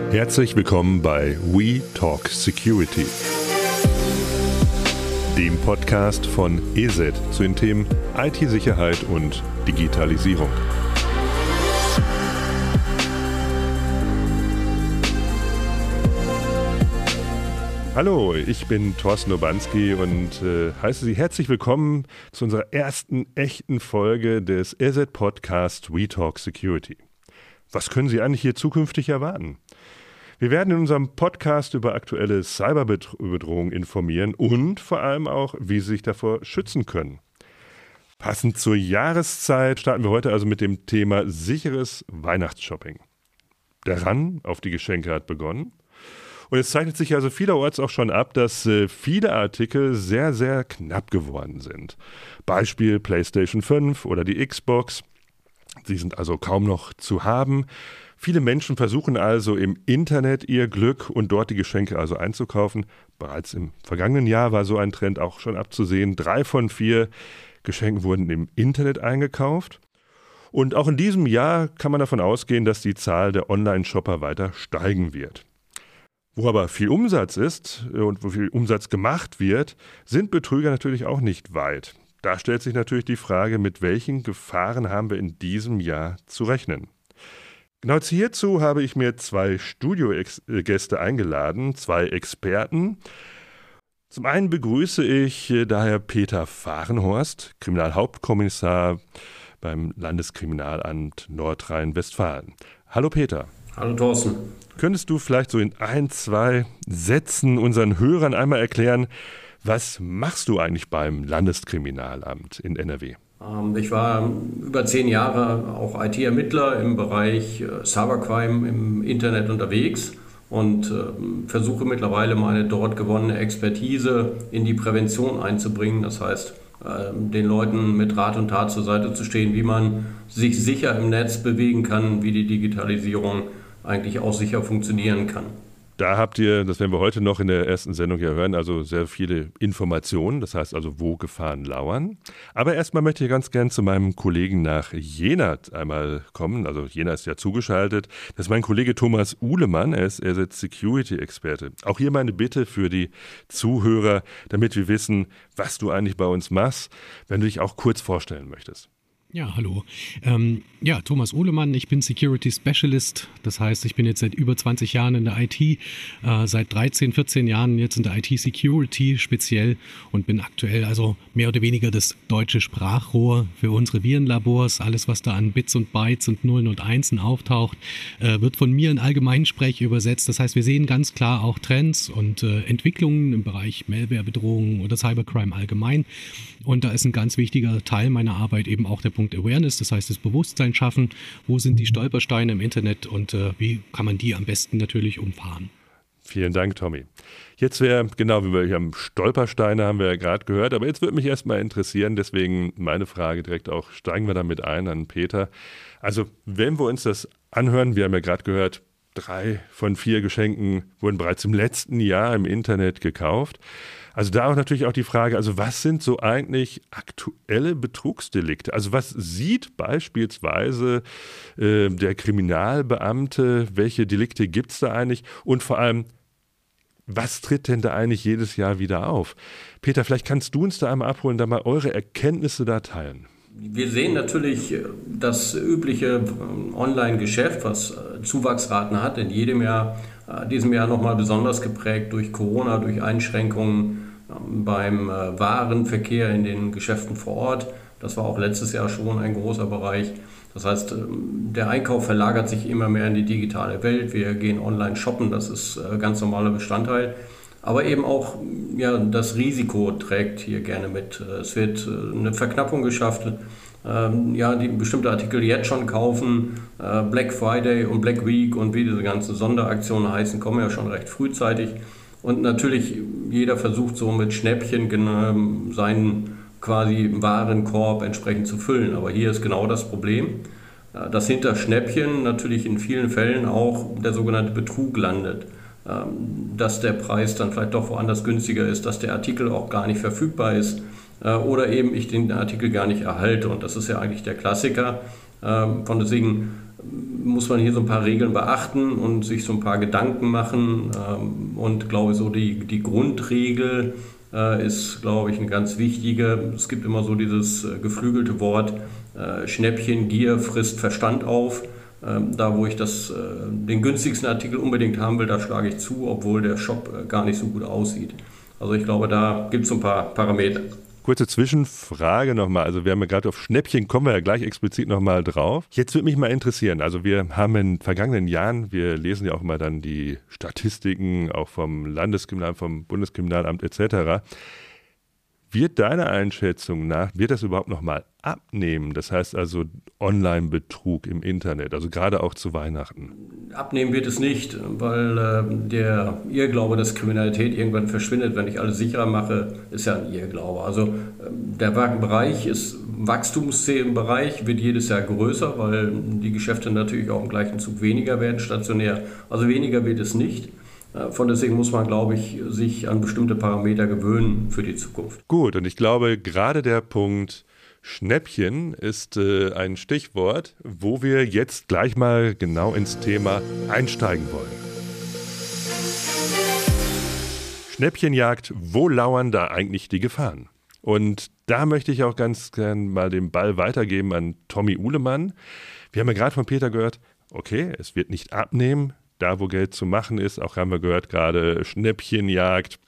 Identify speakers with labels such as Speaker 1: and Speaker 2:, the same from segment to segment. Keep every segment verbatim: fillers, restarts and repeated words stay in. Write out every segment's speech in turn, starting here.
Speaker 1: Herzlich willkommen bei We Talk Security, dem Podcast von E S E T zu den Themen I T-Sicherheit und Digitalisierung. Hallo, ich bin Thorsten Urbanski und äh, heiße Sie herzlich willkommen zu unserer ersten echten Folge des E S E T-Podcasts We Talk Security. Was können Sie eigentlich hier zukünftig erwarten? Wir werden in unserem Podcast über aktuelle Cyberbedrohungen informieren und vor allem auch, wie Sie sich davor schützen können. Passend zur Jahreszeit starten wir heute also mit dem Thema sicheres Weihnachtsshopping. Der Run auf die Geschenke hat begonnen. Und es zeichnet sich also vielerorts auch schon ab, dass äh, viele Artikel sehr, sehr knapp geworden sind. Beispiel PlayStation fünf oder die Xbox. Sie sind also kaum noch zu haben. Viele Menschen versuchen also im Internet ihr Glück und dort die Geschenke also einzukaufen. Bereits im vergangenen Jahr war so ein Trend auch schon abzusehen. Drei von vier Geschenken wurden im Internet eingekauft. Und auch in diesem Jahr kann man davon ausgehen, dass die Zahl der Online-Shopper weiter steigen wird. Wo aber viel Umsatz ist und wo viel Umsatz gemacht wird, sind Betrüger natürlich auch nicht weit. Da stellt sich natürlich die Frage, mit welchen Gefahren haben wir in diesem Jahr zu rechnen. Genau hierzu habe ich mir zwei Studiogäste eingeladen, zwei Experten. Zum einen begrüße ich daher Peter Fahrenhorst, Kriminalhauptkommissar beim Landeskriminalamt Nordrhein-Westfalen. Hallo Peter.
Speaker 2: Hallo Thorsten.
Speaker 1: Könntest du vielleicht so in ein, zwei Sätzen unseren Hörern einmal erklären, was machst du eigentlich beim Landeskriminalamt in N R W?
Speaker 2: Ich war über zehn Jahre auch I T-Ermittler im Bereich Cybercrime im Internet unterwegs und versuche mittlerweile meine dort gewonnene Expertise in die Prävention einzubringen. Das heißt, den Leuten mit Rat und Tat zur Seite zu stehen, wie man sich sicher im Netz bewegen kann, wie die Digitalisierung eigentlich auch sicher funktionieren kann.
Speaker 1: Da habt ihr, das werden wir heute noch in der ersten Sendung ja hören, also sehr viele Informationen, das heißt also, wo Gefahren lauern. Aber erstmal möchte ich ganz gern zu meinem Kollegen nach Jena einmal kommen. Also Jena ist ja zugeschaltet. Das ist mein Kollege Thomas Uhlemann, er ist, er ist Security-Experte. Auch hier meine Bitte für die Zuhörer, damit wir wissen, was du eigentlich bei uns machst, wenn du dich auch kurz vorstellen möchtest.
Speaker 3: Ja, hallo. Ähm, ja, Thomas Uhlemann, ich bin Security Specialist. Das heißt, ich bin jetzt seit über zwanzig Jahren in der I T, äh, seit dreizehn, vierzehn Jahren jetzt in der I T Security speziell und bin aktuell also mehr oder weniger das deutsche Sprachrohr für unsere Virenlabors. Alles, was da an Bits und Bytes und Nullen und Einsen auftaucht, äh, wird von mir in Allgemeinsprech übersetzt. Das heißt, wir sehen ganz klar auch Trends und äh, Entwicklungen im Bereich Malware-Bedrohungen oder Cybercrime allgemein. Und da ist ein ganz wichtiger Teil meiner Arbeit eben auch der Punkt Awareness, das heißt das Bewusstsein schaffen, wo sind die Stolpersteine im Internet und äh, wie kann man die am besten natürlich umfahren.
Speaker 1: Vielen Dank, Tommy. Jetzt wäre, genau, wie wir haben Stolpersteine, haben wir ja gerade gehört, aber jetzt würde mich erstmal interessieren, deswegen meine Frage direkt auch, steigen wir damit ein an Peter. Also wenn wir uns das anhören, wir haben ja gerade gehört, drei von vier Geschenken wurden bereits im letzten Jahr im Internet gekauft. Also da auch natürlich auch die Frage, also was sind so eigentlich aktuelle Betrugsdelikte? Also was sieht beispielsweise äh, der Kriminalbeamte, welche Delikte gibt es da eigentlich und vor allem, was tritt denn da eigentlich jedes Jahr wieder auf? Peter, vielleicht kannst du uns da einmal abholen, da mal eure Erkenntnisse da teilen.
Speaker 2: Wir sehen natürlich das übliche Online-Geschäft, was Zuwachsraten hat, in jedem Jahr, diesem Jahr nochmal besonders geprägt durch Corona, durch Einschränkungen beim Warenverkehr in den Geschäften vor Ort. Das war auch letztes Jahr schon ein großer Bereich. Das heißt, der Einkauf verlagert sich immer mehr in die digitale Welt. Wir gehen online shoppen, das ist ganz normaler Bestandteil. Aber eben auch ja, das Risiko trägt hier gerne mit. Es wird eine Verknappung geschafft. Ähm, ja, die bestimmte Artikel jetzt schon kaufen. Äh, Black Friday und Black Week und wie diese ganzen Sonderaktionen heißen, kommen ja schon recht frühzeitig. Und natürlich, jeder versucht so mit Schnäppchen äh, seinen quasi Warenkorb entsprechend zu füllen. Aber hier ist genau das Problem, äh, dass hinter Schnäppchen natürlich in vielen Fällen auch der sogenannte Betrug landet. Dass der Preis dann vielleicht doch woanders günstiger ist, dass der Artikel auch gar nicht verfügbar ist oder eben ich den Artikel gar nicht erhalte. Und das ist ja eigentlich der Klassiker. Von deswegen muss man hier so ein paar Regeln beachten und sich so ein paar Gedanken machen. Ähm, und glaube so die, die Grundregel äh, ist, glaube ich, eine ganz wichtige. Es gibt immer so dieses äh, geflügelte Wort, äh, Schnäppchen, Gier frisst Verstand auf. Ähm, da, wo ich das, äh, den günstigsten Artikel unbedingt haben will, da schlage ich zu, obwohl der Shop äh, gar nicht so gut aussieht. Also ich glaube, da gibt es so ein paar Parameter.
Speaker 1: Kurze Zwischenfrage nochmal. Also wir haben ja gerade auf Schnäppchen, kommen wir ja gleich explizit nochmal drauf. Jetzt würde mich mal interessieren, also wir haben in vergangenen Jahren, wir lesen ja auch immer dann die Statistiken, auch vom Landeskriminalamt, vom Bundeskriminalamt et cetera. Wird deiner Einschätzung nach, wird das überhaupt nochmal abnehmen? Das heißt also Online-Betrug im Internet, also gerade auch zu Weihnachten.
Speaker 2: Abnehmen wird es nicht, weil äh, der Irrglaube, dass Kriminalität irgendwann verschwindet, wenn ich alles sicherer mache, ist ja ein Irrglaube. Also äh, der Bereich ist Wachstumsbereich, wird jedes Jahr größer, weil die Geschäfte natürlich auch im gleichen Zug weniger werden, stationär. Also weniger wird es nicht. Von deswegen muss man, glaube ich, sich an bestimmte Parameter gewöhnen für die Zukunft.
Speaker 1: Gut, und ich glaube, gerade der Punkt Schnäppchen ist äh, ein Stichwort, wo wir jetzt gleich mal genau ins Thema einsteigen wollen. Schnäppchenjagd, wo lauern da eigentlich die Gefahren? Und da möchte ich auch ganz gern mal den Ball weitergeben an Tommy Uhlemann. Wir haben ja gerade von Peter gehört, okay, es wird nicht abnehmen. Da, wo Geld zu machen ist, auch haben wir gehört gerade Schnäppchenjagd,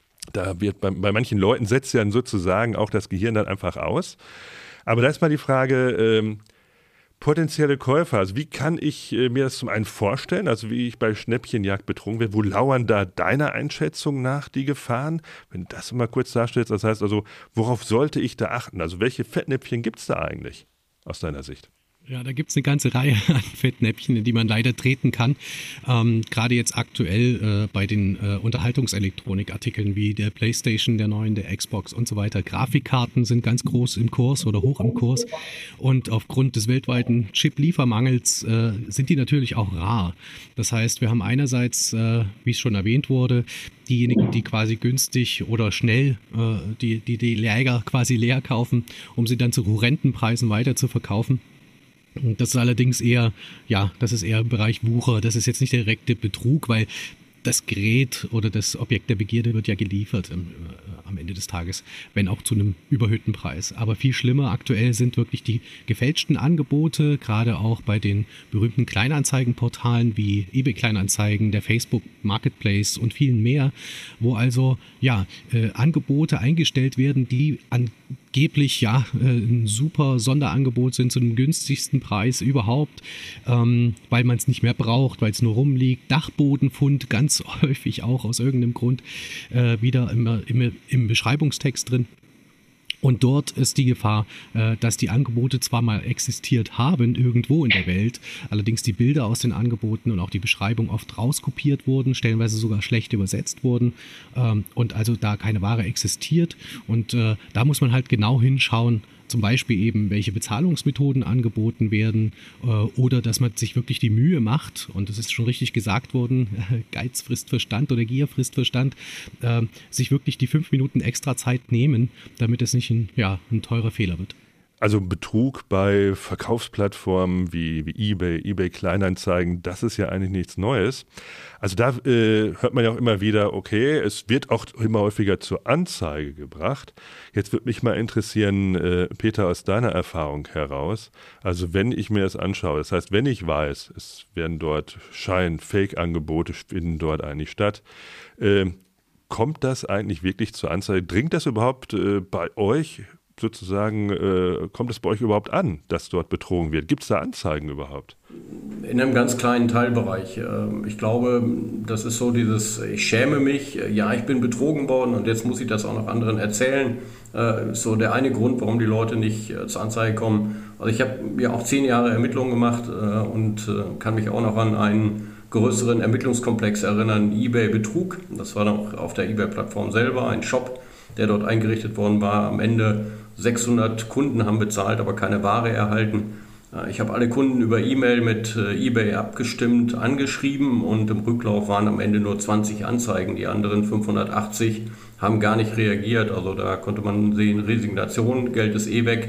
Speaker 1: da wird bei, bei manchen Leuten setzt ja sozusagen auch das Gehirn dann einfach aus. Aber da ist mal die Frage, ähm, potenzielle Käufer, also wie kann ich äh, mir das zum einen vorstellen, also wie ich bei Schnäppchenjagd betrogen werde, wo lauern da deiner Einschätzung nach die Gefahren? Wenn du das mal kurz darstellst, das heißt also, worauf sollte ich da achten? Also welche Fettnäpfchen gibt es da eigentlich aus deiner Sicht?
Speaker 3: Ja, da gibt es eine ganze Reihe an Fettnäpfchen, in die man leider treten kann. Ähm, gerade jetzt aktuell äh, bei den äh, Unterhaltungselektronikartikeln wie der PlayStation, der neuen, der Xbox und so weiter. Grafikkarten sind ganz groß im Kurs oder hoch im Kurs. Und aufgrund des weltweiten Chip-Liefermangels äh, sind die natürlich auch rar. Das heißt, wir haben einerseits, äh, wie es schon erwähnt wurde, diejenigen, die quasi günstig oder schnell äh, die, die, die Läger quasi leer kaufen, um sie dann zu horrenden Preisen weiter zu verkaufen. Das ist allerdings eher, ja, das ist eher im Bereich Wucher. Das ist jetzt nicht der direkte Betrug, weil das Gerät oder das Objekt der Begierde wird ja geliefert ähm, äh, am Ende des Tages, wenn auch zu einem überhöhten Preis. Aber viel schlimmer aktuell sind wirklich die gefälschten Angebote, gerade auch bei den berühmten Kleinanzeigenportalen wie eBay Kleinanzeigen, der Facebook Marketplace und vielen mehr, wo also ja äh, Angebote eingestellt werden, die angeblich ja äh, ein super Sonderangebot sind zu dem günstigsten Preis überhaupt, ähm, weil man es nicht mehr braucht, weil es nur rumliegt. Dachbodenfund ganz häufig auch aus irgendeinem Grund äh, wieder immer, immer im Beschreibungstext drin. Und dort ist die Gefahr, äh, dass die Angebote zwar mal existiert haben irgendwo in der Welt, allerdings die Bilder aus den Angeboten und auch die Beschreibung oft rauskopiert wurden, stellenweise sogar schlecht übersetzt wurden ähm, und also da keine Ware existiert. Und äh, da muss man halt genau hinschauen, zum Beispiel eben, welche Bezahlungsmethoden angeboten werden äh, oder dass man sich wirklich die Mühe macht, und das ist schon richtig gesagt worden, Geiz frisst Verstand oder Gier frisst Verstand, äh, sich wirklich die fünf Minuten extra Zeit nehmen, damit es nicht ein, ja, ein teurer Fehler wird.
Speaker 1: Also Betrug bei Verkaufsplattformen wie, wie eBay, eBay Kleinanzeigen, das ist ja eigentlich nichts Neues. Also da äh, hört man ja auch immer wieder, okay, es wird auch immer häufiger zur Anzeige gebracht. Jetzt würde mich mal interessieren, äh, Peter, aus deiner Erfahrung heraus, also wenn ich mir das anschaue, das heißt, wenn ich weiß, es werden dort Schein-, Fake-Angebote finden dort eigentlich statt, äh, kommt das eigentlich wirklich zur Anzeige? Dringt das überhaupt äh, bei euch sozusagen, äh, kommt es bei euch überhaupt an, dass dort betrogen wird? Gibt es da Anzeigen überhaupt?
Speaker 2: In einem ganz kleinen Teilbereich. Ich glaube, das ist so dieses, ich schäme mich, ja, ich bin betrogen worden und jetzt muss ich das auch noch anderen erzählen. So der eine Grund, warum die Leute nicht zur Anzeige kommen. Also ich habe ja auch zehn Jahre Ermittlungen gemacht und kann mich auch noch an einen größeren Ermittlungskomplex erinnern, eBay-Betrug. Das war dann auch auf der eBay-Plattform selber, ein Shop, der dort eingerichtet worden war. Am Ende sechshundert Kunden haben bezahlt, aber keine Ware erhalten. Ich habe alle Kunden über E-Mail mit eBay abgestimmt, angeschrieben und im Rücklauf waren am Ende nur zwanzig Anzeigen. Die anderen fünfhundertachtzig haben gar nicht reagiert. Also da konnte man sehen, Resignation, Geld ist eh weg.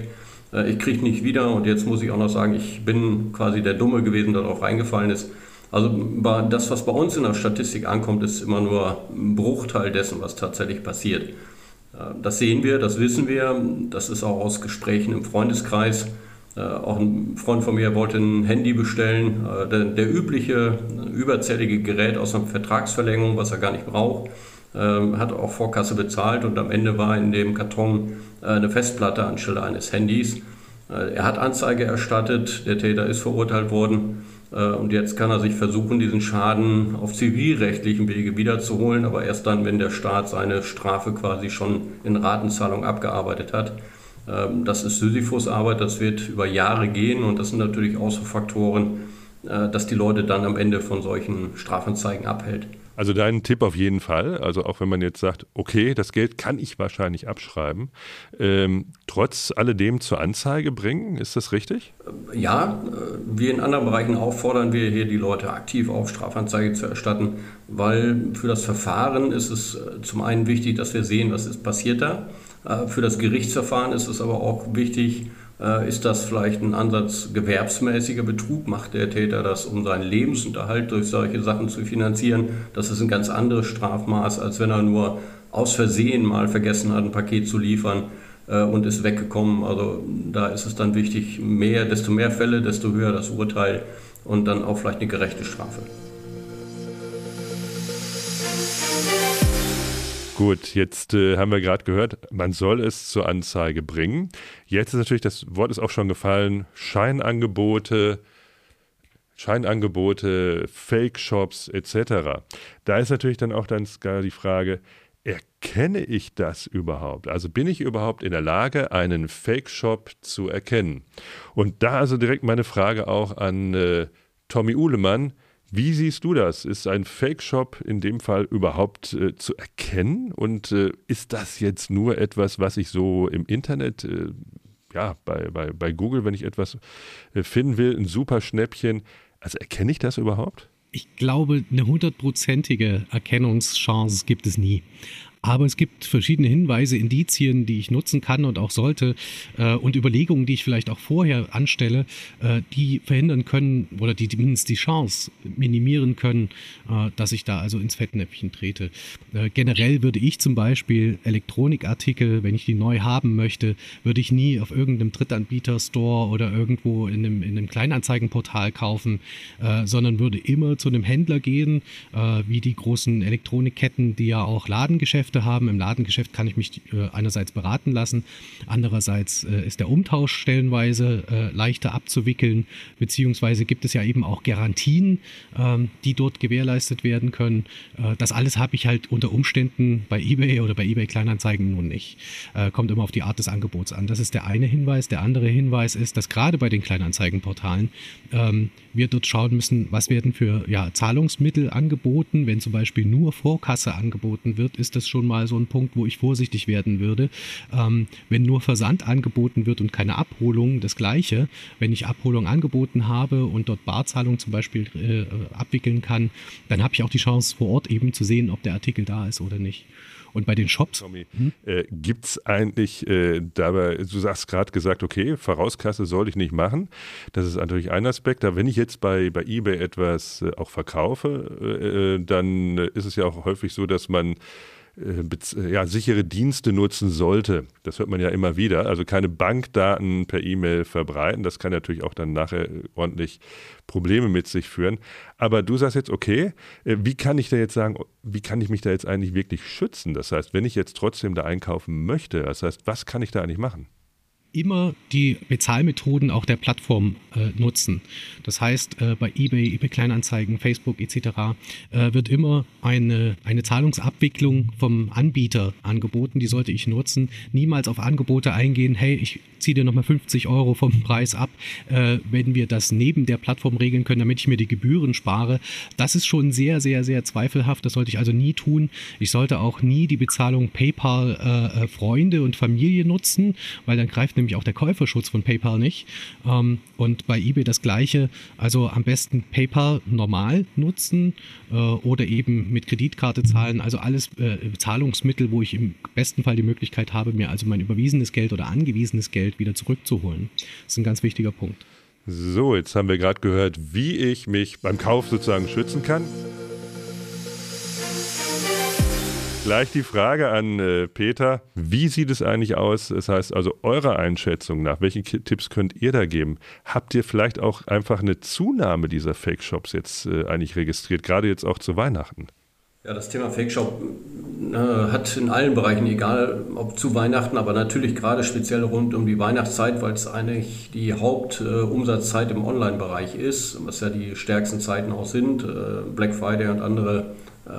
Speaker 2: äh, ich kriege nicht wieder und jetzt muss ich auch noch sagen, ich bin quasi der Dumme gewesen, der darauf reingefallen ist. Also das, was bei uns in der Statistik ankommt, ist immer nur ein Bruchteil dessen, was tatsächlich passiert. Das sehen wir, das wissen wir, das ist auch aus Gesprächen im Freundeskreis. Auch ein Freund von mir wollte ein Handy bestellen, der, der übliche überzählige Gerät aus einer Vertragsverlängerung, was er gar nicht braucht, hat auch Vorkasse bezahlt und am Ende war in dem Karton eine Festplatte anstelle eines Handys. Er hat Anzeige erstattet, der Täter ist verurteilt worden. Und jetzt kann er sich versuchen, diesen Schaden auf zivilrechtlichem Wege wiederzuholen, aber erst dann, wenn der Staat seine Strafe quasi schon in Ratenzahlung abgearbeitet hat. Das ist Sisyphusarbeit, das wird über Jahre gehen und das sind natürlich auch so Faktoren, dass die Leute dann am Ende von solchen Strafanzeigen abhält.
Speaker 1: Also dein Tipp auf jeden Fall, also auch wenn man jetzt sagt, okay, das Geld kann ich wahrscheinlich abschreiben, ähm, trotz alledem zur Anzeige bringen, ist das richtig?
Speaker 2: Ja, wie in anderen Bereichen auch fordern wir hier die Leute aktiv auf, Strafanzeige zu erstatten, weil für das Verfahren ist es zum einen wichtig, dass wir sehen, was ist passiert da. Für das Gerichtsverfahren ist es aber auch wichtig, ist das vielleicht ein Ansatz gewerbsmäßiger Betrug? Macht der Täter das, um seinen Lebensunterhalt durch solche Sachen zu finanzieren? Das ist ein ganz anderes Strafmaß, als wenn er nur aus Versehen mal vergessen hat, ein Paket zu liefern äh, und ist weggekommen. Also da ist es dann wichtig, mehr, desto mehr Fälle, desto höher das Urteil und dann auch vielleicht eine gerechte Strafe.
Speaker 1: Gut, jetzt äh, haben wir gerade gehört, man soll es zur Anzeige bringen. Jetzt ist natürlich, das Wort ist auch schon gefallen, Scheinangebote, Scheinangebote, Fake-Shops et cetera. Da ist natürlich dann auch dann gar die Frage, erkenne ich das überhaupt? Also bin ich überhaupt in der Lage, einen Fake-Shop zu erkennen? Und da also direkt meine Frage auch an äh, Tommy Uhlemann. Wie siehst du das? Ist ein Fake-Shop in dem Fall überhaupt äh, zu erkennen? Und äh, ist das jetzt nur etwas, was ich so im Internet, äh, ja, bei, bei, bei Google, wenn ich etwas äh, finden will, ein super Schnäppchen, also erkenne ich das überhaupt?
Speaker 3: Ich glaube, eine hundertprozentige Erkennungschance gibt es nie. Aber es gibt verschiedene Hinweise, Indizien, die ich nutzen kann und auch sollte äh, und Überlegungen, die ich vielleicht auch vorher anstelle, äh, die verhindern können oder die zumindest die Chance minimieren können, äh, dass ich da also ins Fettnäpfchen trete. Äh, generell würde ich zum Beispiel Elektronikartikel, wenn ich die neu haben möchte, würde ich nie auf irgendeinem Drittanbieter-Store oder irgendwo in einem, in einem Kleinanzeigenportal kaufen, äh, sondern würde immer zu einem Händler gehen, äh, wie die großen Elektronikketten, die ja auch Ladengeschäfte haben. Im Ladengeschäft kann ich mich äh, einerseits beraten lassen, andererseits äh, ist der Umtausch stellenweise äh, leichter abzuwickeln, beziehungsweise gibt es ja eben auch Garantien, äh, die dort gewährleistet werden können. Äh, das alles habe ich halt unter Umständen bei eBay oder bei eBay Kleinanzeigen nun nicht. Äh, kommt immer auf die Art des Angebots an. Das ist der eine Hinweis. Der andere Hinweis ist, dass gerade bei den Kleinanzeigenportalen ähm, wir dort schauen müssen, was werden für ja, Zahlungsmittel angeboten. Wenn zum Beispiel nur Vorkasse angeboten wird, ist das schon mal so ein Punkt, wo ich vorsichtig werden würde. Ähm, wenn nur Versand angeboten wird und keine Abholung, das Gleiche. Wenn ich Abholung angeboten habe und dort Barzahlung zum Beispiel äh, abwickeln kann, dann habe ich auch die Chance vor Ort eben zu sehen, ob der Artikel da ist oder nicht. Und bei den Shops.
Speaker 1: Tommy, hm? äh, gibt es eigentlich äh, dabei, du hast gerade gesagt, okay, Vorauskasse soll ich nicht machen. Das ist natürlich ein Aspekt. Aber wenn ich jetzt bei, bei eBay etwas äh, auch verkaufe, äh, dann ist es ja auch häufig so, dass man ja, sichere Dienste nutzen sollte. Das hört man ja immer wieder. Also keine Bankdaten per E-Mail verbreiten. Das kann natürlich auch dann nachher ordentlich Probleme mit sich führen. Aber du sagst jetzt, okay, wie kann ich da jetzt sagen, wie kann ich mich da jetzt eigentlich wirklich schützen? Das heißt, wenn ich jetzt trotzdem da einkaufen möchte, das heißt, was kann ich da eigentlich machen?
Speaker 3: Immer die Bezahlmethoden auch der Plattform äh, nutzen. Das heißt, äh, bei eBay, eBay Kleinanzeigen, Facebook et cetera äh, wird immer eine, eine Zahlungsabwicklung vom Anbieter angeboten. Die sollte ich nutzen. Niemals auf Angebote eingehen, hey, ich ziehe dir nochmal fünfzig Euro vom Preis ab, äh, wenn wir das neben der Plattform regeln können, damit ich mir die Gebühren spare. Das ist schon sehr, sehr, sehr zweifelhaft. Das sollte ich also nie tun. Ich sollte auch nie die Bezahlung PayPal äh, Freunde und Familie nutzen, weil dann greift greift nämlich auch der Käuferschutz von PayPal nicht. Ähm, und bei eBay das Gleiche. Also am besten PayPal normal nutzen äh, oder eben mit Kreditkarte zahlen. Also alles äh, Zahlungsmittel, wo ich im besten Fall die Möglichkeit habe, mir also mein überwiesenes Geld oder angewiesenes Geld wieder zurückzuholen. Das ist ein ganz wichtiger Punkt.
Speaker 1: So, jetzt haben wir gerade gehört, wie ich mich beim Kauf sozusagen schützen kann. Gleich die Frage an äh, Peter, wie sieht es eigentlich aus? Das heißt also eurer Einschätzung nach, welche K- Tipps könnt ihr da geben? Habt ihr vielleicht auch einfach eine Zunahme dieser Fake-Shops jetzt äh, eigentlich registriert, gerade jetzt auch zu Weihnachten?
Speaker 2: Ja, das Thema Fake-Shop äh, hat in allen Bereichen, egal ob zu Weihnachten, aber natürlich gerade speziell rund um die Weihnachtszeit, weil es eigentlich die Hauptumsatzzeit äh, im Online-Bereich ist, was ja die stärksten Zeiten auch sind, äh, Black Friday und andere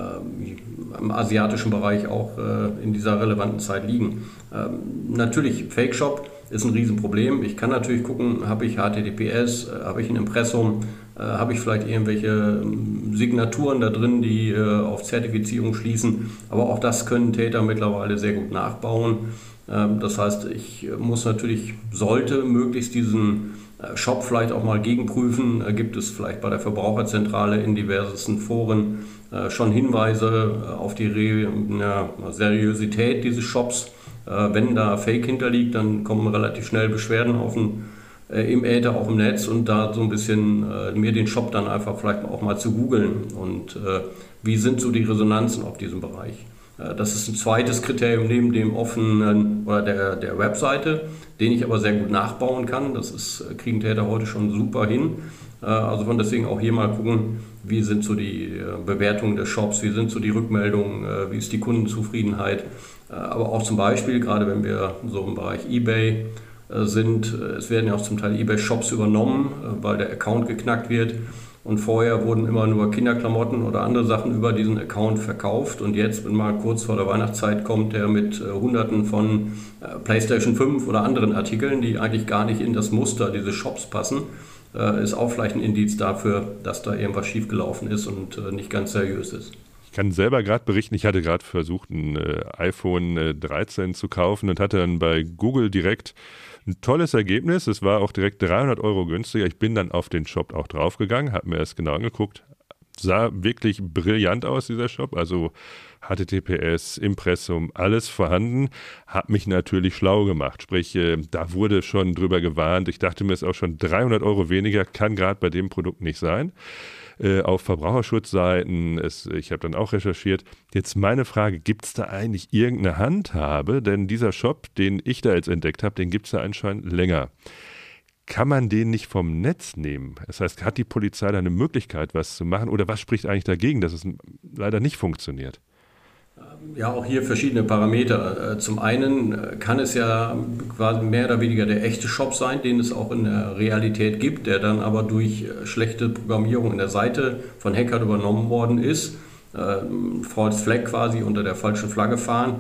Speaker 2: äh, im asiatischen Bereich auch äh, in dieser relevanten Zeit liegen. Ähm, natürlich, Fake-Shop ist ein Riesenproblem. Ich kann natürlich gucken, habe ich H T T P S, äh, habe ich ein Impressum, äh, habe ich vielleicht irgendwelche ähm, Signaturen da drin, die äh, auf Zertifizierung schließen. Aber auch das können Täter mittlerweile sehr gut nachbauen. Ähm, das heißt, ich muss natürlich, sollte möglichst diesen äh, Shop vielleicht auch mal gegenprüfen. Äh, gibt es vielleicht bei der Verbraucherzentrale in diversesten Foren äh, schon Hinweise äh, auf die Re- na, Seriosität dieses Shops. Wenn da Fake hinterliegt, dann kommen relativ schnell Beschwerden auf den, äh, im Äther, auch im Netz und da so ein bisschen äh, mir den Shop dann einfach vielleicht auch mal zu googeln und äh, wie sind so die Resonanzen auf diesem Bereich. Äh, das ist ein zweites Kriterium neben dem offenen oder der, der Webseite, den ich aber sehr gut nachbauen kann. Das ist, kriegen Täter heute schon super hin. Äh, also von deswegen auch hier mal gucken, wie sind so die äh, Bewertungen des Shops, wie sind so die Rückmeldungen, äh, wie ist die Kundenzufriedenheit. Aber auch zum Beispiel, gerade wenn wir so im Bereich eBay sind, es werden ja auch zum Teil eBay-Shops übernommen, weil der Account geknackt wird. Und vorher wurden immer nur Kinderklamotten oder andere Sachen über diesen Account verkauft. Und jetzt, wenn mal kurz vor der Weihnachtszeit kommt, der mit Hunderten von PlayStation fünf oder anderen Artikeln, die eigentlich gar nicht in das Muster dieses Shops passen, ist auch vielleicht ein Indiz dafür, dass da irgendwas schiefgelaufen ist und nicht ganz seriös ist.
Speaker 1: Ich kann selber gerade berichten, ich hatte gerade versucht, ein äh, iPhone äh, dreizehn zu kaufen und hatte dann bei Google direkt ein tolles Ergebnis. Es war auch direkt dreihundert Euro günstiger. Ich bin dann auf den Shop auch draufgegangen, habe mir das genau angeguckt. Sah wirklich brillant aus, dieser Shop. Also H T T P S, Impressum, alles vorhanden. Hat mich natürlich schlau gemacht. Sprich, äh, da wurde schon drüber gewarnt. Ich dachte mir, es ist auch schon dreihundert Euro weniger, kann gerade bei dem Produkt nicht sein. Äh, auf Verbraucherschutzseiten, es, ich habe dann auch recherchiert. Jetzt meine Frage, gibt es da eigentlich irgendeine Handhabe? Denn dieser Shop, den ich da jetzt entdeckt habe, den gibt es ja anscheinend länger. Kann man den nicht vom Netz nehmen? Das heißt, hat die Polizei da eine Möglichkeit, was zu machen? Oder was spricht eigentlich dagegen, dass es leider nicht funktioniert?
Speaker 2: Ja, auch hier verschiedene Parameter. Zum einen kann es ja quasi mehr oder weniger der echte Shop sein, den es auch in der Realität gibt, der dann aber durch schlechte Programmierung in der Seite von Hackern übernommen worden ist. False Flag quasi unter der falschen Flagge fahren.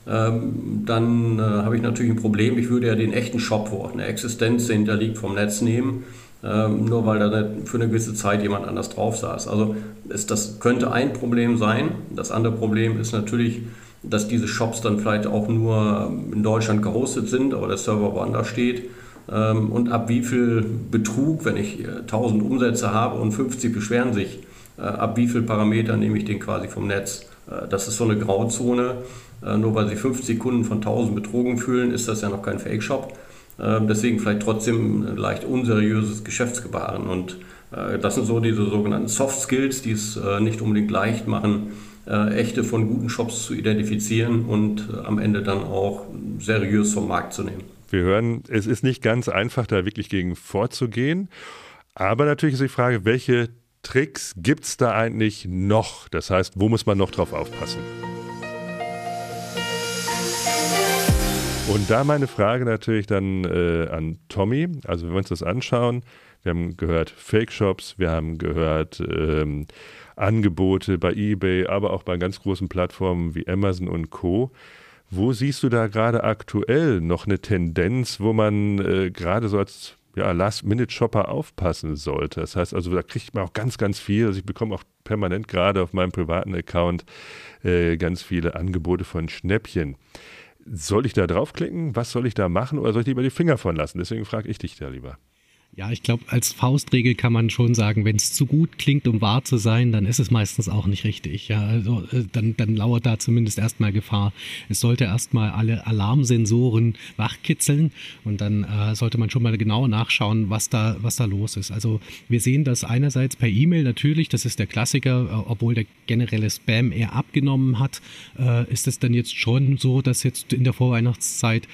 Speaker 2: Dann habe ich natürlich ein Problem. Ich würde ja den echten Shop, wo auch eine Existenz hinterliegt, vom Netz nehmen. Ähm, nur weil da für eine gewisse Zeit jemand anders drauf saß. Also ist, das könnte ein Problem sein. Das andere Problem ist natürlich, dass diese Shops dann vielleicht auch nur in Deutschland gehostet sind, aber der Server woanders steht. Ähm, und ab wie viel Betrug, wenn ich äh, tausend Umsätze habe und fünfzig beschweren sich, äh, ab wie viel Parameter nehme ich den quasi vom Netz? Äh, das ist so eine Grauzone. Äh, nur weil sich fünfzig Kunden von tausend betrogen fühlen, ist das ja noch kein Fake-Shop. Deswegen vielleicht trotzdem ein leicht unseriöses Geschäftsgebaren. Und äh, das sind so diese sogenannten Soft Skills, die es äh, nicht unbedingt leicht machen, äh, echte von guten Shops zu identifizieren und äh, am Ende dann auch seriös vom Markt zu nehmen.
Speaker 1: Wir hören, es ist nicht ganz einfach, da wirklich gegen vorzugehen. Aber natürlich ist die Frage, welche Tricks gibt es da eigentlich noch? Das heißt, wo muss man noch drauf aufpassen? Und da meine Frage natürlich dann äh, an Tommy, also wenn wir uns das anschauen, wir haben gehört Fake-Shops, wir haben gehört ähm, Angebote bei eBay, aber auch bei ganz großen Plattformen wie Amazon und Co. Wo siehst du da gerade aktuell noch eine Tendenz, wo man äh, gerade so als ja, Last-Minute-Shopper aufpassen sollte? Das heißt also, da kriegt man auch ganz, ganz viel. Also ich bekomme auch permanent gerade auf meinem privaten Account äh, ganz viele Angebote von Schnäppchen. Soll ich da draufklicken? Was soll ich da machen? Oder soll ich lieber die Finger von lassen? Deswegen frage ich dich da lieber.
Speaker 3: Ja, ich glaube, als Faustregel kann man schon sagen, wenn es zu gut klingt, um wahr zu sein, dann ist es meistens auch nicht richtig. Ja, also äh, dann, dann lauert da zumindest erstmal Gefahr. Es sollte erstmal alle Alarmsensoren wachkitzeln und dann äh, sollte man schon mal genau nachschauen, was da, was da los ist. Also wir sehen das einerseits per E-Mail natürlich, das ist der Klassiker, äh, obwohl der generelle Spam eher abgenommen hat, äh, ist es dann jetzt schon so, dass jetzt in der Vorweihnachtszeit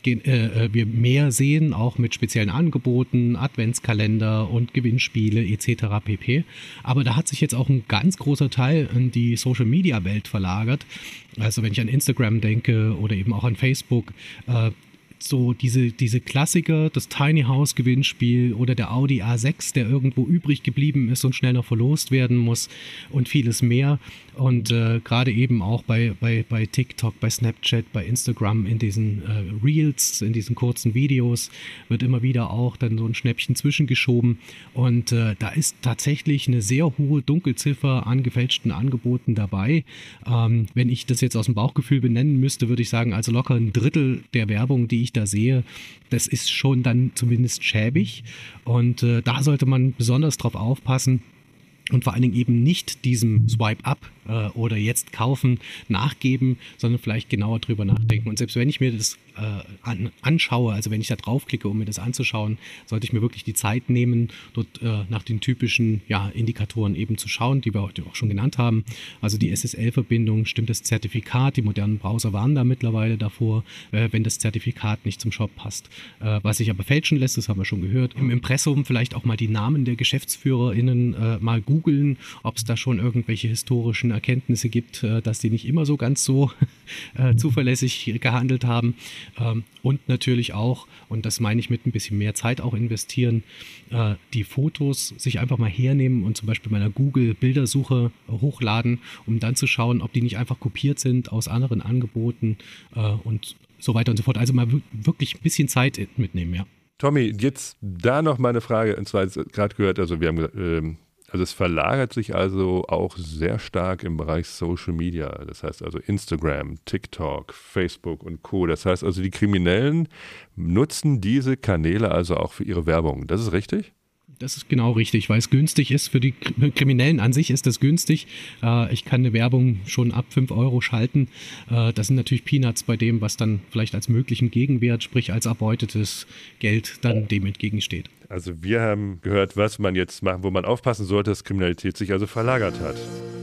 Speaker 3: wir mehr sehen, auch mit speziellen Angeboten, Adventskalender und Gewinnspiele et cetera pp. Aber da hat sich jetzt auch ein ganz großer Teil in die Social-Media-Welt verlagert. Also wenn ich an Instagram denke oder eben auch an Facebook, äh, so diese, diese Klassiker, das Tiny House Gewinnspiel oder der Audi A sechs, der irgendwo übrig geblieben ist und schnell noch verlost werden muss und vieles mehr. Und äh, gerade eben auch bei, bei, bei TikTok, bei Snapchat, bei Instagram in diesen äh, Reels, in diesen kurzen Videos wird immer wieder auch dann so ein Schnäppchen zwischengeschoben. Und äh, da ist tatsächlich eine sehr hohe Dunkelziffer an gefälschten Angeboten dabei. Ähm, wenn ich das jetzt aus dem Bauchgefühl benennen müsste, würde ich sagen, also locker ein Drittel der Werbung, die ich da sehe, das ist schon dann zumindest schäbig. Und äh, da sollte man besonders drauf aufpassen. Und vor allen Dingen eben nicht diesem Swipe-Up äh, oder jetzt kaufen nachgeben, sondern vielleicht genauer drüber nachdenken. Und selbst wenn ich mir das äh, an, anschaue, also wenn ich da draufklicke, um mir das anzuschauen, sollte ich mir wirklich die Zeit nehmen, dort äh, nach den typischen ja, Indikatoren eben zu schauen, die wir heute auch schon genannt haben. Also die S S L-Verbindung, stimmt das Zertifikat, die modernen Browser waren da mittlerweile davor, äh, wenn das Zertifikat nicht zum Shop passt. Äh, was sich aber fälschen lässt, das haben wir schon gehört. Im Impressum vielleicht auch mal die Namen der GeschäftsführerInnen äh, mal googeln, ob es da schon irgendwelche historischen Erkenntnisse gibt, äh, dass die nicht immer so ganz so äh, zuverlässig gehandelt haben. Ähm, und natürlich auch, und das meine ich mit ein bisschen mehr Zeit auch investieren, äh, die Fotos sich einfach mal hernehmen und zum Beispiel meiner Google-Bildersuche hochladen, um dann zu schauen, ob die nicht einfach kopiert sind aus anderen Angeboten äh, und so weiter und so fort. Also mal w- wirklich ein bisschen Zeit mitnehmen, ja.
Speaker 1: Tommy, jetzt da noch mal eine Frage, und zwar gerade gehört, also wir haben gesagt, ähm Also es verlagert sich also auch sehr stark im Bereich Social Media. Das heißt also Instagram, TikTok, Facebook und Co. Das heißt also die Kriminellen nutzen diese Kanäle also auch für ihre Werbung. Das ist richtig?
Speaker 3: Das ist genau richtig, weil es günstig ist. Für die Kriminellen an sich ist das günstig. Äh, ich kann eine Werbung schon ab fünf Euro schalten. Äh, das sind natürlich Peanuts bei dem, was dann vielleicht als möglichen Gegenwert, sprich als erbeutetes Geld dann dem entgegensteht.
Speaker 1: Also wir haben gehört, was man jetzt machen, wo man aufpassen sollte, dass Kriminalität sich also verlagert hat.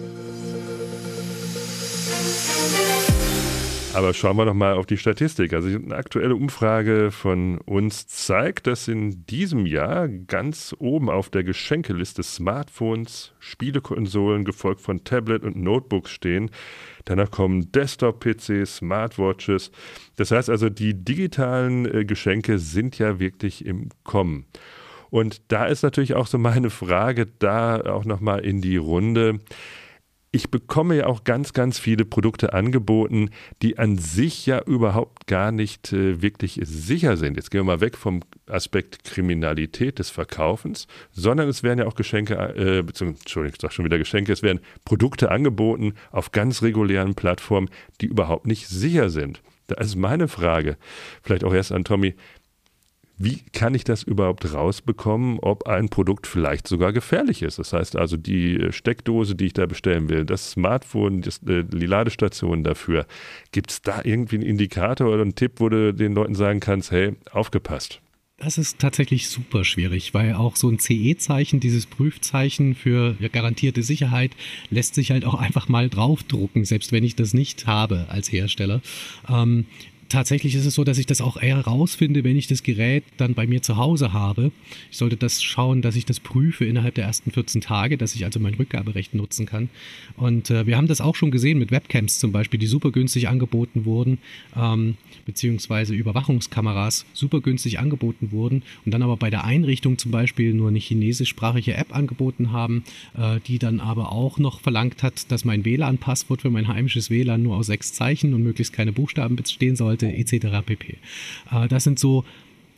Speaker 1: Aber schauen wir noch mal auf die Statistik. Also eine aktuelle Umfrage von uns zeigt, dass in diesem Jahr ganz oben auf der Geschenkeliste Smartphones, Spielekonsolen, gefolgt von Tablet und Notebooks stehen. Danach kommen Desktop-P Cs, Smartwatches. Das heißt also, die digitalen äh, Geschenke sind ja wirklich im Kommen. Und da ist natürlich auch so meine Frage da auch noch mal in die Runde. Ich bekomme ja auch ganz, ganz viele Produkte angeboten, die an sich ja überhaupt gar nicht äh, wirklich sicher sind. Jetzt gehen wir mal weg vom Aspekt Kriminalität des Verkaufens, sondern es werden ja auch Geschenke, äh, beziehungsweise, Entschuldigung, ich sage schon wieder Geschenke, es werden Produkte angeboten auf ganz regulären Plattformen, die überhaupt nicht sicher sind. Da ist meine Frage, vielleicht auch erst an Tommy, wie kann ich das überhaupt rausbekommen, ob ein Produkt vielleicht sogar gefährlich ist? Das heißt also, die Steckdose, die ich da bestellen will, das Smartphone, das, äh, die Ladestation dafür. Gibt es da irgendwie einen Indikator oder einen Tipp, wo du den Leuten sagen kannst, hey, aufgepasst?
Speaker 3: Das ist tatsächlich super schwierig, weil auch so ein C E-Zeichen, dieses Prüfzeichen für ja, garantierte Sicherheit, lässt sich halt auch einfach mal draufdrucken, selbst wenn ich das nicht habe als Hersteller. Ähm, Tatsächlich ist es so, dass ich das auch eher rausfinde, wenn ich das Gerät dann bei mir zu Hause habe. Ich sollte das schauen, dass ich das prüfe innerhalb der ersten vierzehn Tage, dass ich also mein Rückgaberecht nutzen kann. Und äh, wir haben das auch schon gesehen mit Webcams zum Beispiel, die super günstig angeboten wurden, ähm, beziehungsweise Überwachungskameras super günstig angeboten wurden und dann aber bei der Einrichtung zum Beispiel nur eine chinesischsprachige App angeboten haben, äh, die dann aber auch noch verlangt hat, dass mein W L A N-Passwort für mein heimisches W L A N nur aus sechs Zeichen und möglichst keine Buchstaben bestehen sollte, et cetera pp. Das sind so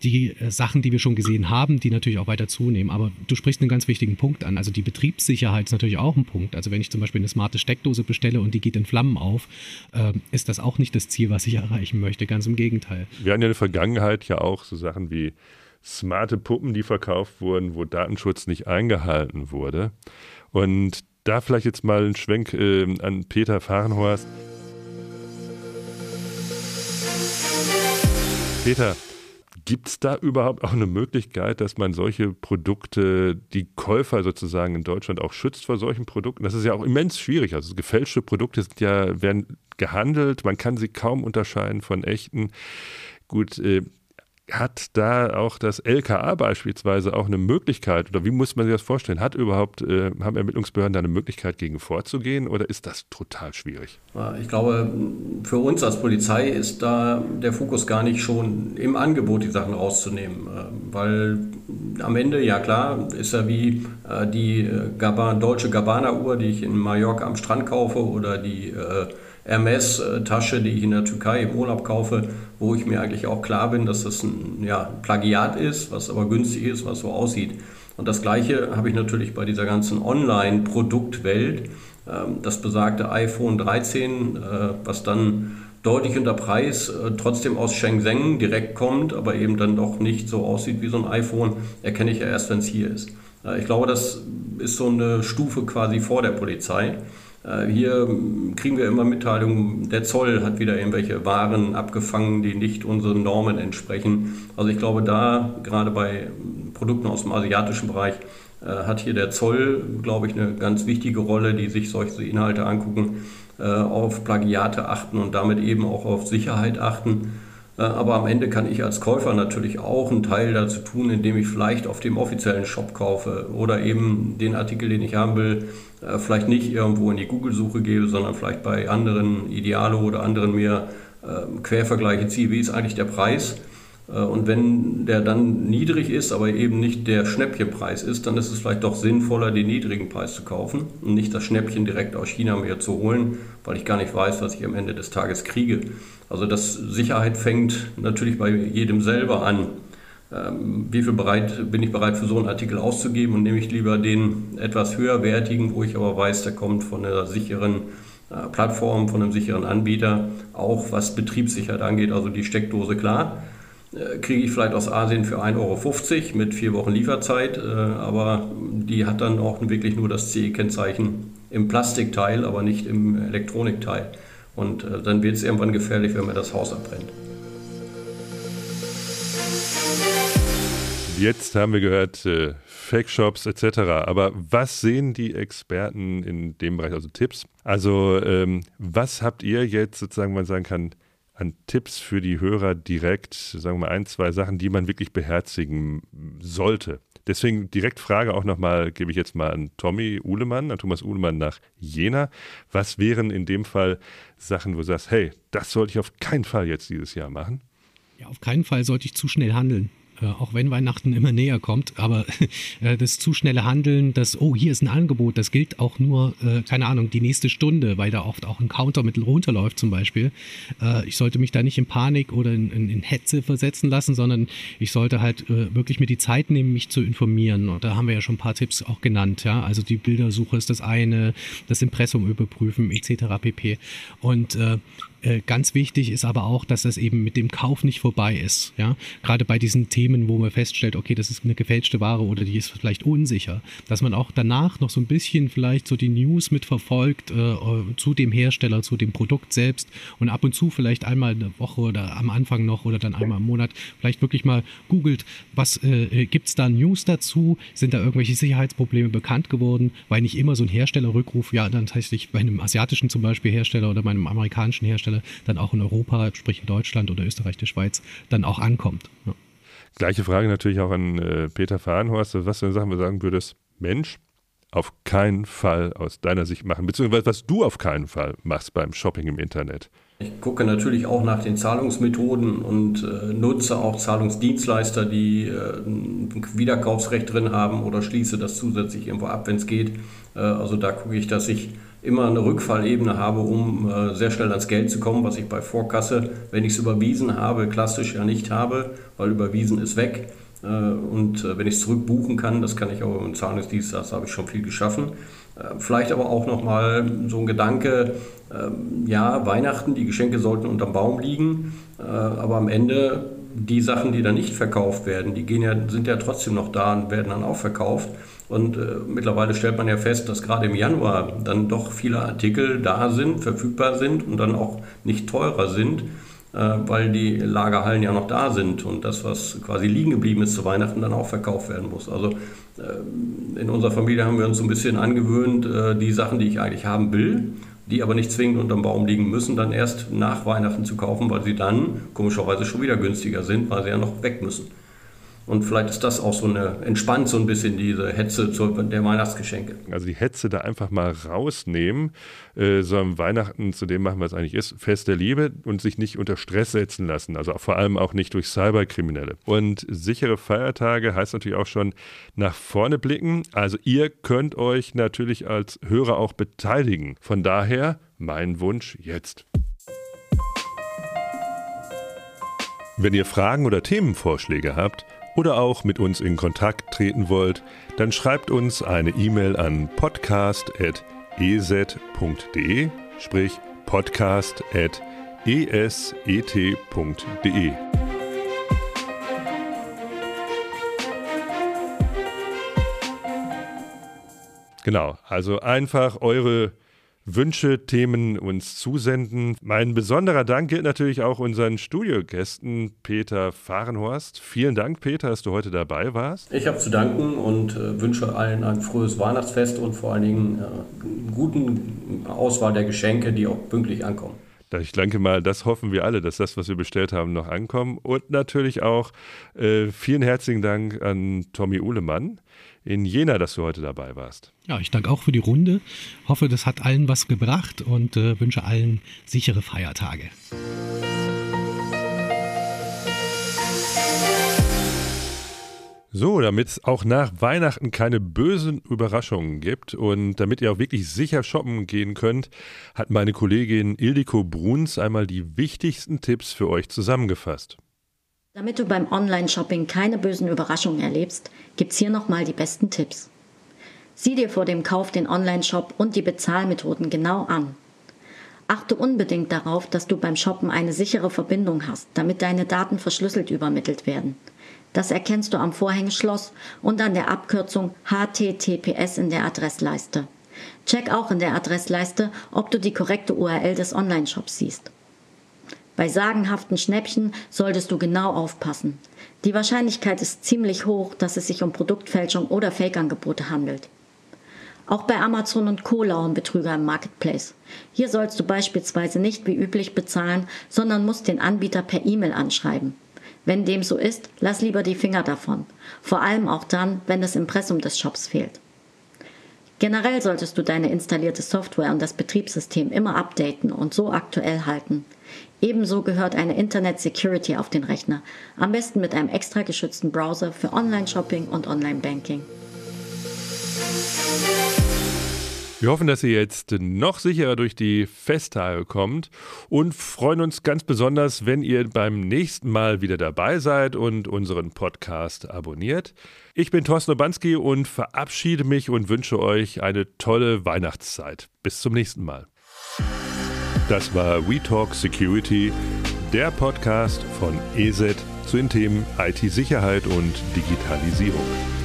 Speaker 3: die äh, Sachen, die wir schon gesehen haben, die natürlich auch weiter zunehmen. Aber du sprichst einen ganz wichtigen Punkt an. Also die Betriebssicherheit ist natürlich auch ein Punkt. Also wenn ich zum Beispiel eine smarte Steckdose bestelle und die geht in Flammen auf, äh, ist das auch nicht das Ziel, was ich erreichen möchte. Ganz im Gegenteil.
Speaker 1: Wir hatten ja in der Vergangenheit ja auch so Sachen wie smarte Puppen, die verkauft wurden, wo Datenschutz nicht eingehalten wurde. Und da vielleicht jetzt mal ein Schwenk äh, an Peter Fahrenhorst. Peter, gibt es da überhaupt auch eine Möglichkeit, dass man solche Produkte, die Käufer sozusagen in Deutschland auch schützt vor solchen Produkten? Das ist ja auch immens schwierig. Also gefälschte Produkte sind ja, werden gehandelt, man kann sie kaum unterscheiden von echten. Gut, äh, hat da auch das L K A beispielsweise auch eine Möglichkeit, oder wie muss man sich das vorstellen? Hat überhaupt, äh, haben Ermittlungsbehörden da eine Möglichkeit, gegen vorzugehen, oder ist das total schwierig?
Speaker 2: Ich glaube, für uns als Polizei ist da der Fokus gar nicht schon im Angebot, die Sachen rauszunehmen. Weil am Ende, ja klar, ist ja wie die Gabbana, deutsche Gabbana-Uhr, die ich in Mallorca am Strand kaufe, oder die Hermes-Tasche, die ich in der Türkei im Urlaub kaufe, wo ich mir eigentlich auch klar bin, dass das ein ja, Plagiat ist, was aber günstig ist, was so aussieht. Und das Gleiche habe ich natürlich bei dieser ganzen Online-Produktwelt. Das besagte iPhone dreizehn, was dann deutlich unter Preis trotzdem aus Shenzhen direkt kommt, aber eben dann doch nicht so aussieht wie so ein iPhone, erkenne ich ja erst, wenn es hier ist. Ich glaube, das ist so eine Stufe quasi vor der Polizei. Hier kriegen wir immer Mitteilungen, der Zoll hat wieder irgendwelche Waren abgefangen, die nicht unseren Normen entsprechen. Also ich glaube, da gerade bei Produkten aus dem asiatischen Bereich hat hier der Zoll, glaube ich, eine ganz wichtige Rolle, die sich solche Inhalte angucken, auf Plagiate achten und damit eben auch auf Sicherheit achten. Aber am Ende kann ich als Käufer natürlich auch einen Teil dazu tun, indem ich vielleicht auf dem offiziellen Shop kaufe oder eben den Artikel, den ich haben will, vielleicht nicht irgendwo in die Google-Suche gebe, sondern vielleicht bei anderen Idealo oder anderen mir Quervergleiche ziehe, wie ist eigentlich der Preis. Und wenn der dann niedrig ist, aber eben nicht der Schnäppchenpreis ist, dann ist es vielleicht doch sinnvoller, den niedrigen Preis zu kaufen und nicht das Schnäppchen direkt aus China mir zu holen, weil ich gar nicht weiß, was ich am Ende des Tages kriege. Also das Sicherheit fängt natürlich bei jedem selber an. Ähm, wie viel bereit, bin ich bereit für so einen Artikel auszugeben, und nehme ich lieber den etwas höherwertigen, wo ich aber weiß, der kommt von einer sicheren äh, Plattform, von einem sicheren Anbieter, auch was Betriebssicherheit angeht, also die Steckdose, klar. Kriege ich vielleicht aus Asien für ein Euro fünfzig mit vier Wochen Lieferzeit, aber die hat dann auch wirklich nur das C E-Kennzeichen im Plastikteil, aber nicht im Elektronikteil. Und dann wird es irgendwann gefährlich, wenn mir das Haus abbrennt.
Speaker 1: Jetzt haben wir gehört, äh, Fake-Shops et cetera. Aber was sehen die Experten in dem Bereich, also Tipps? Also ähm, was habt ihr jetzt sozusagen, man sagen kann, an Tipps für die Hörer direkt, sagen wir mal ein, zwei Sachen, die man wirklich beherzigen sollte? Deswegen direkt Frage auch nochmal, gebe ich jetzt mal an Tommy Uhlemann, an Thomas Uhlemann nach Jena. Was wären in dem Fall Sachen, wo du sagst, hey, das sollte ich auf keinen Fall jetzt dieses Jahr machen?
Speaker 3: Ja, auf keinen Fall sollte ich zu schnell handeln. Äh, auch wenn Weihnachten immer näher kommt, aber äh, das zu schnelle Handeln, das, oh, hier ist ein Angebot, das gilt auch nur, äh, keine Ahnung, die nächste Stunde, weil da oft auch ein Counter mit runterläuft zum Beispiel. Äh, ich sollte mich da nicht in Panik oder in, in, in Hetze versetzen lassen, sondern ich sollte halt äh, wirklich mir die Zeit nehmen, mich zu informieren. Und da haben wir ja schon ein paar Tipps auch genannt, ja. Also die Bildersuche ist das eine, das Impressum überprüfen et cetera pp. Und äh, ganz wichtig ist aber auch, dass das eben mit dem Kauf nicht vorbei ist. Ja? Gerade bei diesen Themen, wo man feststellt, okay, das ist eine gefälschte Ware oder die ist vielleicht unsicher, dass man auch danach noch so ein bisschen vielleicht so die News mitverfolgt äh, zu dem Hersteller, zu dem Produkt selbst und ab und zu vielleicht einmal eine Woche oder am Anfang noch oder dann einmal im Monat vielleicht wirklich mal googelt, was äh, gibt es da News dazu? Sind da irgendwelche Sicherheitsprobleme bekannt geworden? Weil nicht immer so ein Herstellerrückruf, ja, dann heißt ich bei einem asiatischen zum Beispiel Hersteller oder bei einem amerikanischen Hersteller dann auch in Europa, sprich in Deutschland oder Österreich, der Schweiz, dann auch ankommt. Ja.
Speaker 1: Gleiche Frage natürlich auch an äh, Peter Fahrenhorst. Was für Sachen du sagen würdest, Mensch, auf keinen Fall aus deiner Sicht machen, beziehungsweise was du auf keinen Fall machst beim Shopping im Internet?
Speaker 2: Ich gucke natürlich auch nach den Zahlungsmethoden und äh, nutze auch Zahlungsdienstleister, die äh, ein Wiederkaufsrecht drin haben, oder schließe das zusätzlich irgendwo ab, wenn es geht. Äh, also da gucke ich, dass ich immer eine Rückfallebene habe, um äh, sehr schnell ans Geld zu kommen, was ich bei Vorkasse, wenn ich es überwiesen habe, klassisch ja nicht habe, weil überwiesen ist weg. Äh, und äh, wenn ich es zurückbuchen kann, das kann ich auch im Zahlungsdienst, habe ich schon viel geschaffen. Äh, vielleicht aber auch nochmal so ein Gedanke, äh, ja, Weihnachten, die Geschenke sollten unterm Baum liegen, äh, aber am Ende die Sachen, die dann nicht verkauft werden, die gehen ja, sind ja trotzdem noch da und werden dann auch verkauft. Und äh, mittlerweile stellt man ja fest, dass gerade im Januar dann doch viele Artikel da sind, verfügbar sind und dann auch nicht teurer sind, äh, weil die Lagerhallen ja noch da sind und das, was quasi liegen geblieben ist zu Weihnachten, dann auch verkauft werden muss. Also äh, in unserer Familie haben wir uns so ein bisschen angewöhnt, äh, die Sachen, die ich eigentlich haben will, die aber nicht zwingend unterm Baum liegen müssen, dann erst nach Weihnachten zu kaufen, weil sie dann komischerweise schon wieder günstiger sind, weil sie ja noch weg müssen. Und vielleicht ist das auch so eine, entspannt so ein bisschen diese Hetze zur, der Weihnachtsgeschenke.
Speaker 1: Also die Hetze da einfach mal rausnehmen, äh, so am Weihnachten zu dem machen, was eigentlich ist, Fest der Liebe und sich nicht unter Stress setzen lassen, also vor allem auch nicht durch Cyberkriminelle. Und sichere Feiertage heißt natürlich auch schon nach vorne blicken, also ihr könnt euch natürlich als Hörer auch beteiligen. Von daher mein Wunsch jetzt. Wenn ihr Fragen oder Themenvorschläge habt, oder auch mit uns in Kontakt treten wollt, dann schreibt uns eine E-Mail an podcast at e z punkt de, sprich podcast at e s e t punkt de. Genau, also einfach eure Wünsche, Themen uns zusenden. Mein besonderer Dank gilt natürlich auch unseren Studiogästen Peter Fahrenhorst. Vielen Dank, Peter, dass du heute dabei warst.
Speaker 2: Ich habe zu danken und äh, wünsche allen ein frohes Weihnachtsfest und vor allen Dingen äh, eine gute Auswahl der Geschenke, die auch pünktlich ankommen.
Speaker 1: Ich denke mal, das hoffen wir alle, dass das, was wir bestellt haben, noch ankommt. Und natürlich auch äh, vielen herzlichen Dank an Tommy Uhlemann in Jena, dass du heute dabei warst.
Speaker 3: Ja, ich danke auch für die Runde. Hoffe, das hat allen was gebracht und äh, wünsche allen sichere Feiertage.
Speaker 1: So, damit es auch nach Weihnachten keine bösen Überraschungen gibt und damit ihr auch wirklich sicher shoppen gehen könnt, hat meine Kollegin Ildiko Bruns einmal die wichtigsten Tipps für euch zusammengefasst.
Speaker 4: Damit du beim Online-Shopping keine bösen Überraschungen erlebst, gibt's hier nochmal die besten Tipps. Sieh dir vor dem Kauf den Online-Shop und die Bezahlmethoden genau an. Achte unbedingt darauf, dass du beim Shoppen eine sichere Verbindung hast, damit deine Daten verschlüsselt übermittelt werden. Das erkennst du am Vorhängeschloss und an der Abkürzung H T T P S in der Adressleiste. Check auch in der Adressleiste, ob du die korrekte U R L des Online-Shops siehst. Bei sagenhaften Schnäppchen solltest du genau aufpassen. Die Wahrscheinlichkeit ist ziemlich hoch, dass es sich um Produktfälschung oder Fake-Angebote handelt. Auch bei Amazon und Co. lauern Betrüger im Marketplace. Hier sollst du beispielsweise nicht wie üblich bezahlen, sondern musst den Anbieter per E-Mail anschreiben. Wenn dem so ist, lass lieber die Finger davon. Vor allem auch dann, wenn das Impressum des Shops fehlt. Generell solltest du deine installierte Software und das Betriebssystem immer updaten und so aktuell halten. Ebenso gehört eine Internet-Security auf den Rechner, am besten mit einem extra geschützten Browser für Online-Shopping und Online-Banking.
Speaker 1: Wir hoffen, dass ihr jetzt noch sicherer durch die Festtage kommt und freuen uns ganz besonders, wenn ihr beim nächsten Mal wieder dabei seid und unseren Podcast abonniert. Ich bin Thorsten Obanski und verabschiede mich und wünsche euch eine tolle Weihnachtszeit. Bis zum nächsten Mal. Das war WeTalk Security, der Podcast von E S E T zu den Themen I T-Sicherheit und Digitalisierung.